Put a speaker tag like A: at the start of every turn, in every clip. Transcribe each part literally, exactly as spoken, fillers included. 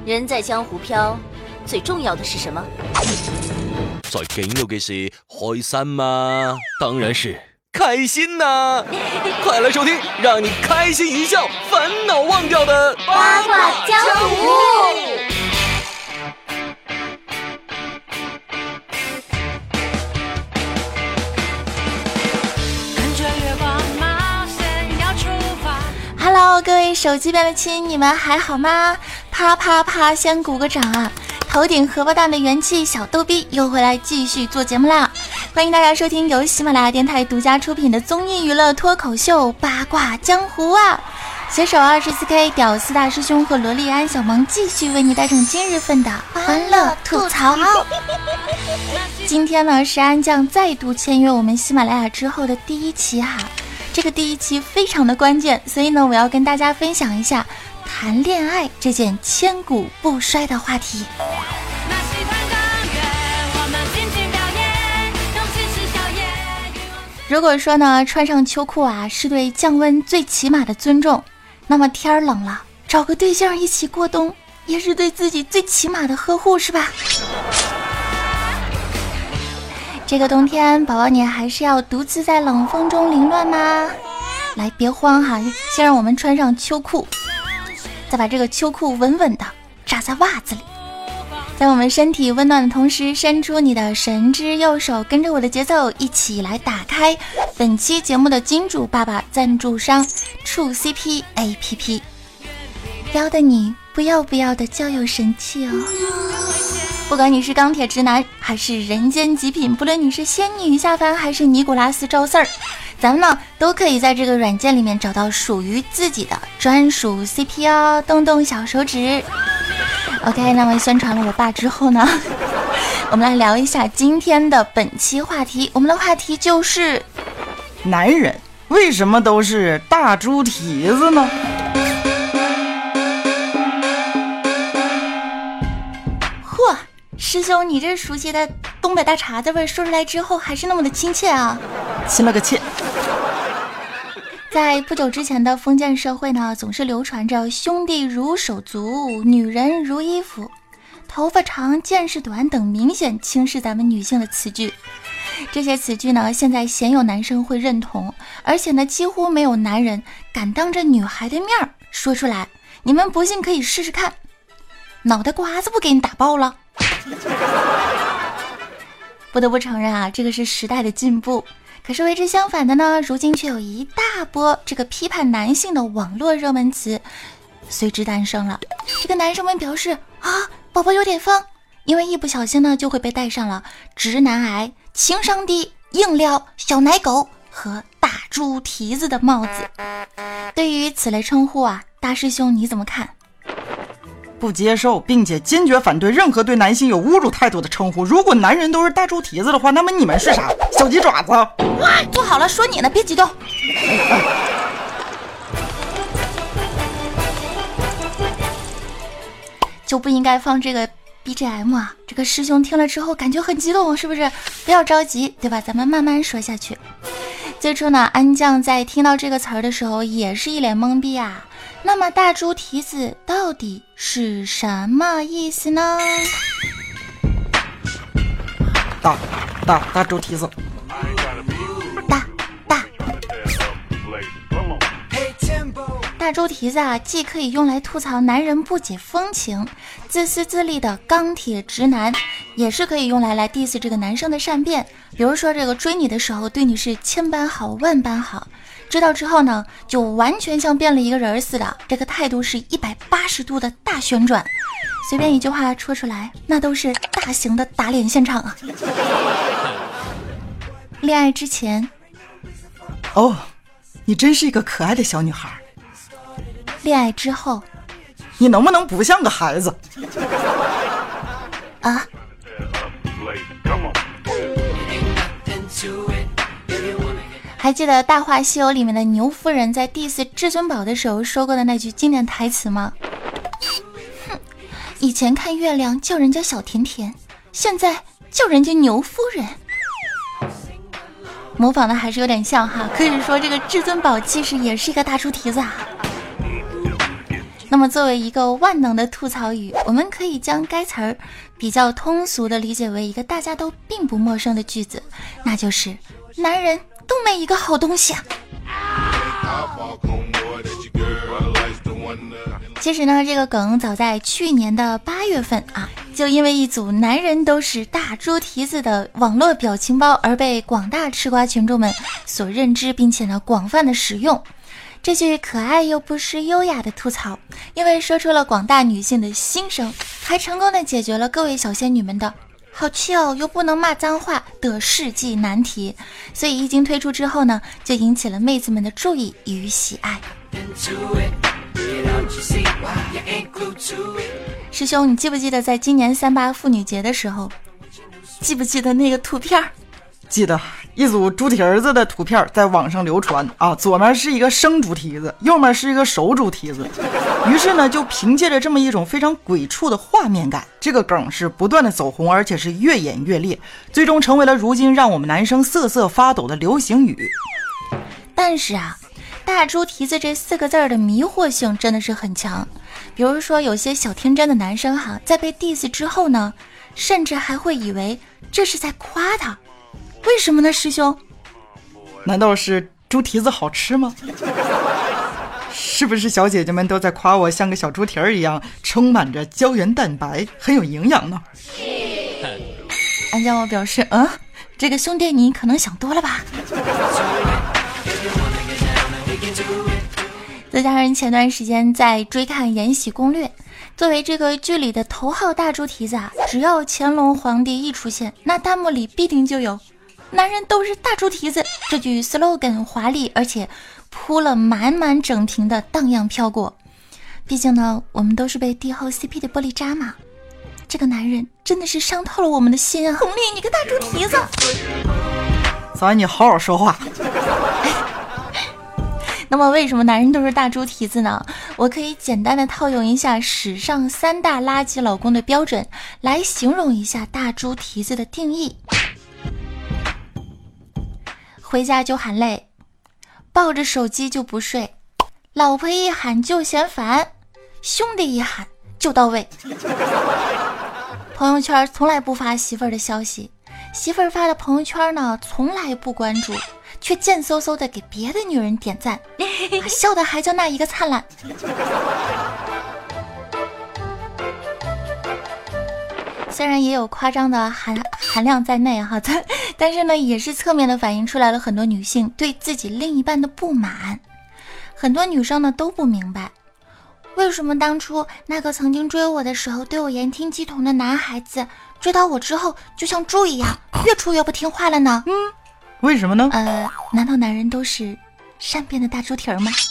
A: 人在江湖飘，最重要的是什么？
B: 在境內嘅事開心嗎？當然是開心啦！快來收聽，讓你開心一笑，煩惱忘掉的
A: 八卦江湖。Hello， 各位手机边的亲，你们还好吗？啪啪啪，先鼓个掌啊！头顶荷包蛋的元气小逗逼又回来继续做节目啦！欢迎大家收听由喜马拉雅电台独家出品的综艺娱乐脱口秀《八卦江湖》啊！携手 二十四 K 屌丝大师兄和萝莉安小萌继续为你带上今日份的欢乐吐槽。今天呢是安酱再度签约我们喜马拉雅之后的第一期哈。这个第一期非常的关键，所以呢我要跟大家分享一下谈恋爱这件千古不衰的话题。如果说呢穿上秋裤啊是对降温最起码的尊重，那么天儿冷了找个对象一起过冬也是对自己最起码的呵护，是吧？这个冬天宝宝你还是要独自在冷风中凌乱吗？来别慌哈，先让我们穿上秋裤，再把这个秋裤稳稳的扎在袜子里，在我们身体温暖的同时伸出你的神之右手，跟着我的节奏一起来打开本期节目的金主爸爸赞助商触 C P A P P， 邀的你不要不要的交友神器哦。不管你是钢铁直男还是人间极品，不论你是仙女下凡还是尼古拉斯赵四儿，咱们呢都可以在这个软件里面找到属于自己的专属 C P 哦，动动小手指。OK， 那么宣传了我爸之后呢，我们来聊一下今天的本期话题。我们的话题就是
C: 男人为什么都是大猪蹄子呢？
A: 嚯，师兄你这熟悉的东北大碴子味说出来之后还是那么的亲切啊！
C: 亲了个切。
A: 在不久之前的封建社会呢，总是流传着兄弟如手足，女人如衣服，头发长见识短等明显轻视咱们女性的词句。这些词句呢，现在鲜有男生会认同，而且呢几乎没有男人敢当着女孩的面说出来。你们不信可以试试看，脑袋瓜子不给你打爆了。不得不承认啊，这个是时代的进步。可是为之相反的呢，如今却有一大波这个批判男性的网络热门词随之诞生了。这个男生们表示啊，宝宝有点方，因为一不小心呢就会被带上了直男癌、情商低、硬撩、小奶狗和大猪蹄子的帽子。对于此类称呼啊，大师兄你怎么看？
C: 不接受，并且坚决反对任何对男性有侮辱态度的称呼。如果男人都是大猪蹄子的话，那么你们是啥？小鸡爪子？
A: 哇，坐好了，说你呢，别激动。就不应该放这个 B G M 啊！这个师兄听了之后感觉很激动，是不是？不要着急，对吧？咱们慢慢说下去。最初呢，安酱在听到这个词儿的时候也是一脸懵逼啊。那么大猪蹄子到底是什么意思呢？
C: 大大大猪蹄子，
A: 大大大猪蹄子啊，既可以用来吐槽男人不解风情、自私自利的钢铁直男，也是可以用来来 diss 这个男生的善变。比如说这个追你的时候对你是千般好万般好，知道之后呢就完全像变了一个人似的，这个态度是一百八十度的大旋转，随便一句话说出来那都是大型的打脸现场啊。恋爱之前，
C: 哦，你真是一个可爱的小女孩。
A: 恋爱之后，
C: 你能不能不像个孩子
A: 啊？还记得《大话西游》里面的牛夫人在 diss 至尊宝的时候说过的那句经典台词吗？哼，以前看月亮叫人家小甜甜，现在叫人家牛夫人。模仿的还是有点像哈，可以说这个至尊宝其实也是一个大猪蹄子啊。 那么作为一个万能的吐槽语，我们可以将该词儿比较通俗的理解为一个大家都并不陌生的句子，那就是男人都没一个好东西啊。其实呢，这个梗早在去年的八月份啊，就因为一组男人都是大猪蹄子的网络表情包而被广大吃瓜群众们所认知，并且呢广泛的使用。这句可爱又不失优雅的吐槽，因为说出了广大女性的心声，还成功的解决了各位小仙女们的好气哦又不能骂脏话的世纪难题。所以一经推出之后呢，就引起了妹子们的注意与喜爱。师兄，你记不记得在今年三八妇女节的时候，记不记得那个图片？
C: 记得，一组猪蹄儿子的图片在网上流传啊，左面是一个生猪蹄子，右面是一个熟猪蹄子。于是呢，就凭借着这么一种非常鬼畜的画面感，这个梗是不断的走红，而且是越演越烈，最终成为了如今让我们男生瑟瑟发抖的流行语。
A: 但是啊，大猪蹄子这四个字的迷惑性真的是很强。比如说有些小天真的男生哈，在被 diss 之后呢，甚至还会以为这是在夸他。为什么呢，师兄？
C: 难道是猪蹄子好吃吗？是不是小姐姐们都在夸我像个小猪蹄儿一样，充满着胶原蛋白，很有营养呢？
A: 安江我表示，嗯，这个兄弟你可能想多了吧。再加上前段时间在追看《延禧攻略》，作为这个剧里的头号大猪蹄子啊，只要乾隆皇帝一出现，那弹幕里必定就有男人都是大猪蹄子这句 slogan 华丽而且铺了满满整屏的荡漾飘过。毕竟呢，我们都是被帝后 C P 的玻璃渣嘛，这个男人真的是伤透了我们的心啊！红丽，你个大猪蹄子！
C: 早你好好说话。
A: 那么为什么男人都是大猪蹄子呢？我可以简单的套用一下史上三大垃圾老公的标准，来形容一下大猪蹄子的定义。回家就喊累，抱着手机就不睡，老婆一喊就嫌烦，兄弟一喊就到位。朋友圈从来不发媳妇儿的消息，媳妇儿发的朋友圈呢从来不关注，却贱嗖嗖的给别的女人点赞，啊、笑的还叫那一个灿烂。虽然也有夸张的含含量在内哈，但但是呢，也是侧面的反映出来了很多女性对自己另一半的不满。很多女生呢都不明白，为什么当初那个曾经追我的时候对我言听计从的男孩子，追到我之后就像猪一样，越处越不听话了呢？
C: 嗯，为什么呢？
A: 呃，难道男人都是善变的大猪蹄儿吗？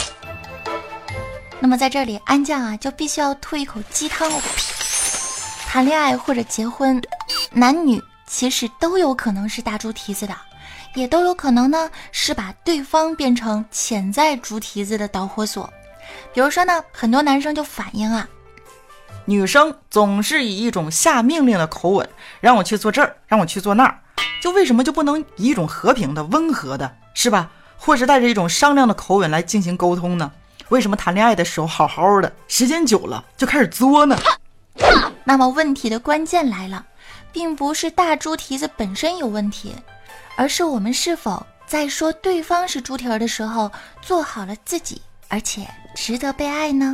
A: 那么在这里，安酱啊就必须要吐一口鸡汤哦。谈恋爱或者结婚，男女其实都有可能是大猪蹄子的，也都有可能呢是把对方变成潜在猪蹄子的导火索。比如说呢，很多男生就反映啊，
C: 女生总是以一种下命令的口吻，让我去做这儿，让我去做那儿，就为什么就不能以一种和平的、温和的，是吧？或是带着一种商量的口吻来进行沟通呢？为什么谈恋爱的时候好好的，时间久了就开始作呢？
A: 那么问题的关键来了，并不是大猪蹄子本身有问题，而是我们是否在说对方是猪蹄儿的时候，做好了自己，而且值得被爱呢？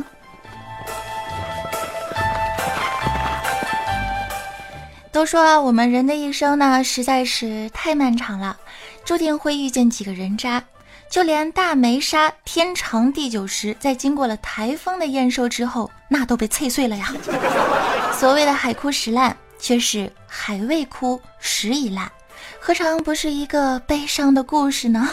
A: 都说啊，我们人的一生呢，实在是太漫长了，注定会遇见几个人渣。就连大梅沙天长地久时，在经过了台风的验收之后，那都被碎碎了呀。所谓的海枯石烂，却是海未枯石已烂，何尝不是一个悲伤的故事呢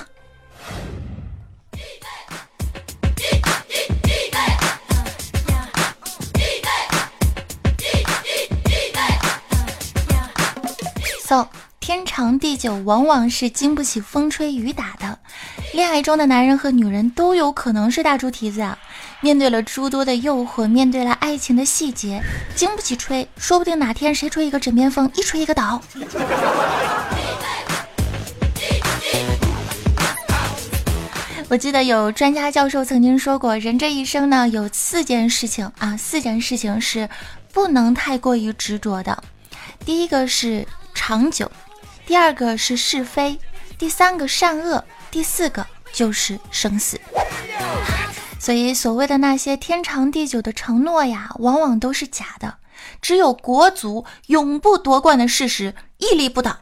A: ？So， 天长地久往往是经不起风吹雨打的。恋爱中的男人和女人都有可能是大猪蹄子啊！面对了诸多的诱惑，面对了爱情的细节，经不起吹，说不定哪天谁吹一个枕边风，一吹一个倒。 我记得有专家教授曾经说过，人这一生呢有四件事情啊，四件事情是不能太过于执着的。第一个是长久，第二个是是非，第三个善恶，第四个就是生死。所以所谓的那些天长地久的承诺呀，往往都是假的，只有国足永不夺冠的事实屹立不倒。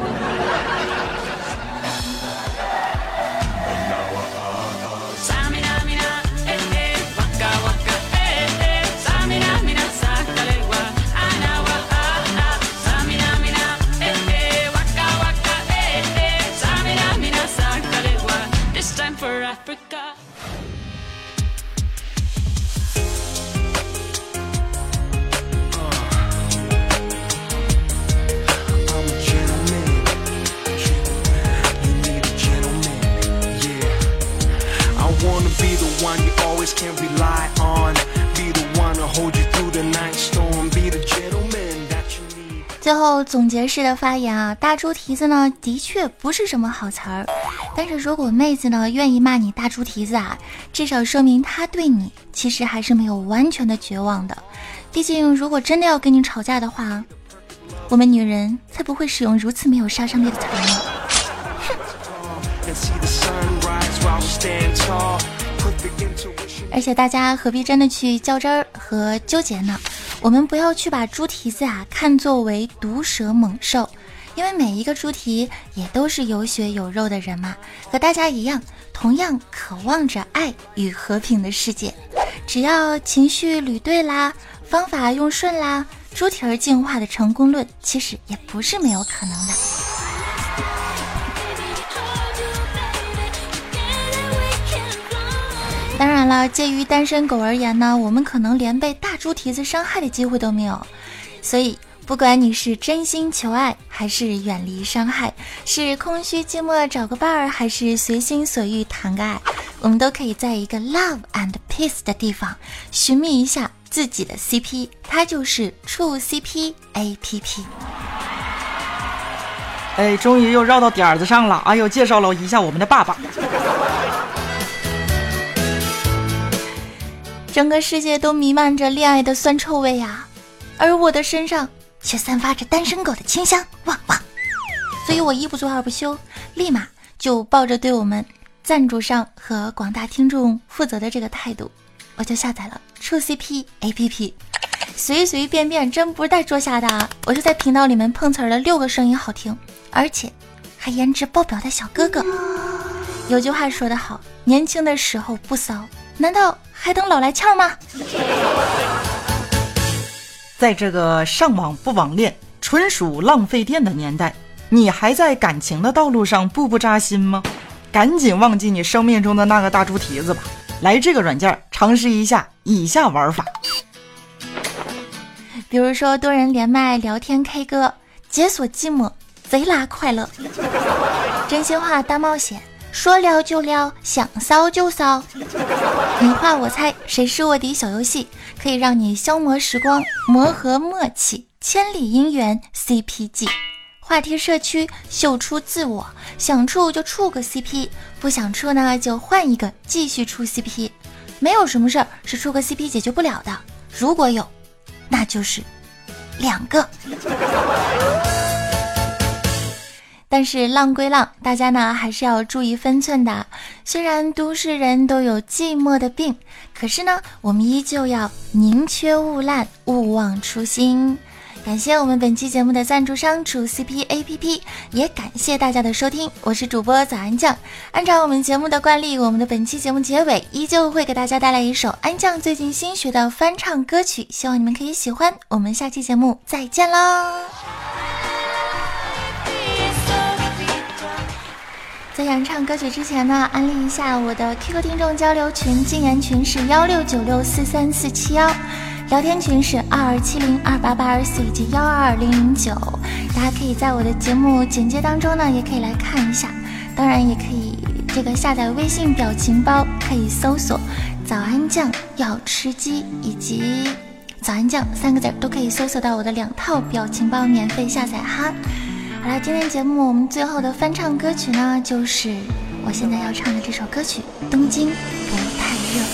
A: 最后总结式的发言啊，大猪蹄子呢的确不是什么好词儿，但是如果妹子呢愿意骂你大猪蹄子啊，至少说明她对你其实还是没有完全的绝望的。毕竟如果真的要跟你吵架的话，我们女人才不会使用如此没有杀伤力的词儿呢。而且大家何必真的去较真儿和纠结呢？我们不要去把猪蹄子啊看作为毒蛇猛兽，因为每一个猪蹄也都是有血有肉的人嘛，和大家一样，同样渴望着爱与和平的世界。只要情绪捋对啦，方法用顺啦，猪蹄儿进化的成功论其实也不是没有可能的。当然了，介于单身狗而言呢，我们可能连被大猪蹄子伤害的机会都没有。所以不管你是真心求爱还是远离伤害，是空虚寂寞找个伴儿，还是随心所欲谈个爱，我们都可以在一个 love and peace 的地方寻觅一下自己的 C P， 它就是触 C P A P P。
C: 哎，终于又绕到点子上了。哎呦，介绍了一下我们的爸爸。
A: 整个世界都弥漫着恋爱的酸臭味呀，而我的身上却散发着单身狗的清香，汪汪！所以我一不做二不休，立马就抱着对我们赞助商和广大听众负责的这个态度，我就下载了触 C P A P P， 随随便便真不是带捉瞎的啊！我就在频道里面碰瓷儿了六个声音好听，而且还颜值爆表的小哥哥。有句话说得好，年轻的时候不骚，难道还等老来俏吗？
C: 在这个上网不网恋，纯属浪费电的年代，你还在感情的道路上步步扎心吗？赶紧忘记你生命中的那个大猪蹄子吧，来这个软件尝试一下以下玩法。
A: 比如说多人连麦聊天 K 歌，解锁寂寞，贼拉快乐。真心话大冒险，说聊就聊，想骚就骚。你画我猜，谁是卧底小游戏，可以让你消磨时光，磨合默契，千里姻缘 C P 技。话题社区秀出自我，想处就处个 C P， 不想处呢就换一个继续处 C P。 没有什么事儿是处个 C P 解决不了的，如果有，那就是两个。但是浪归浪，大家呢还是要注意分寸的。虽然都市人都有寂寞的病，可是呢我们依旧要宁缺毋滥，勿忘初心。感谢我们本期节目的赞助商触 C P A P P， 也感谢大家的收听，我是主播早安酱。按照我们节目的惯例，我们的本期节目结尾依旧会给大家带来一首安酱最近新学的翻唱歌曲，希望你们可以喜欢。我们下期节目再见啦！在演唱歌曲之前呢，安利一下我的 Q Q 听众交流群，禁言群是幺六九六四三四七幺，聊天群是二二七零二八八二四以及幺二二零零九。大家可以在我的节目简介当中呢，也可以来看一下。当然也可以这个下载微信表情包，可以搜索早安酱要吃鸡以及早安酱三个字都可以搜索到我的两套表情包，免费下载哈。好了，今天节目我们最后的翻唱歌曲呢，就是我现在要唱的这首歌曲《东京不太热》。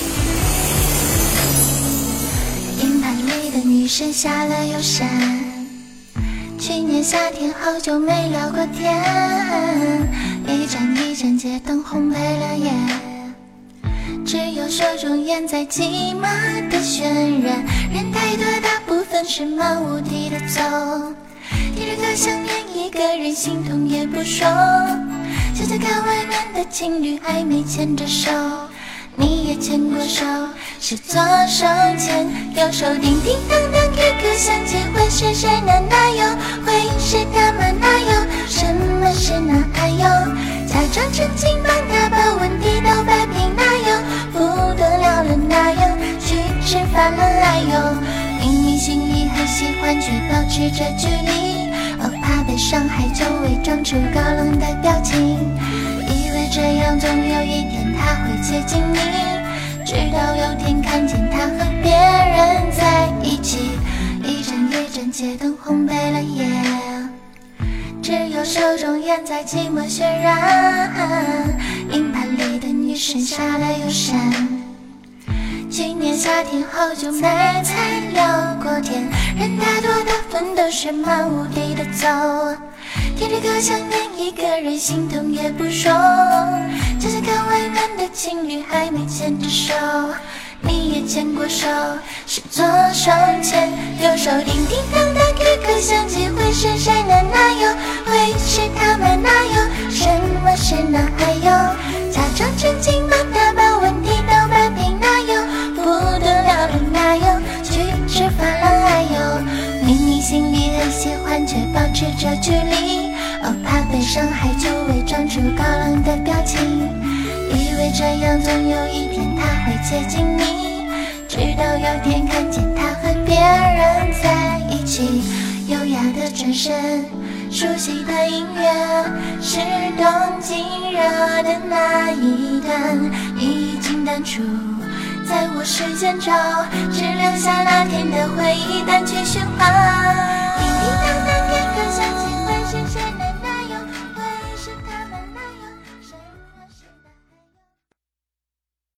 A: 硬盘里的女神下了又删，去年夏天好久没聊过天，一盏一盏街灯烘焙了夜，只有手中烟在寂寞的渲染，人太多大部分是漫无地的走，提着个香烟一个人心痛也不说，就在看外面的情侣暧昧牵着手，你也牵过手，是左手牵右手，叮叮当当 Q Q 响起，会是谁呢？哪有？会是他吗？哪有？什么是哪还有？假装沉浸帮他把问题都摆平，哪有？不得了了哪有？去吃饭了哪有？明明心里很喜欢，却保持着距离，哦，怕被伤害就伪装出高冷的表情，以为这样总有一天他会接近你，直到有天看见他和别人在一起，一盏一盏街灯烘焙了夜，只有手中烟在寂寞渲染，硬盘里的女神下了又删，去年夏天好久没才聊过天，人太多大部分都是漫无地的走，提着个香烟一个人心痛也不说，就像看外面的情侣还没牵着手，你也牵过手，是左手牵右手，叮叮当当 Q Q 响起，会是谁呢？哪有？会是他吗？哪有？什么是哪还有？假装沉浸帮他把问题都摆平，哪有？不得了了哪有？去吃饭了还有？明明心里很喜欢，却保持着距离，哦，怕被伤害就伪装出高冷的表情，以为这样总有一天他会接近你，直到有天看见他和别人在一起，优雅的转身，熟悉的音乐，是东京热的那一段，已经淡出在我时间轴，只留下那天的回忆单曲循环。叮叮当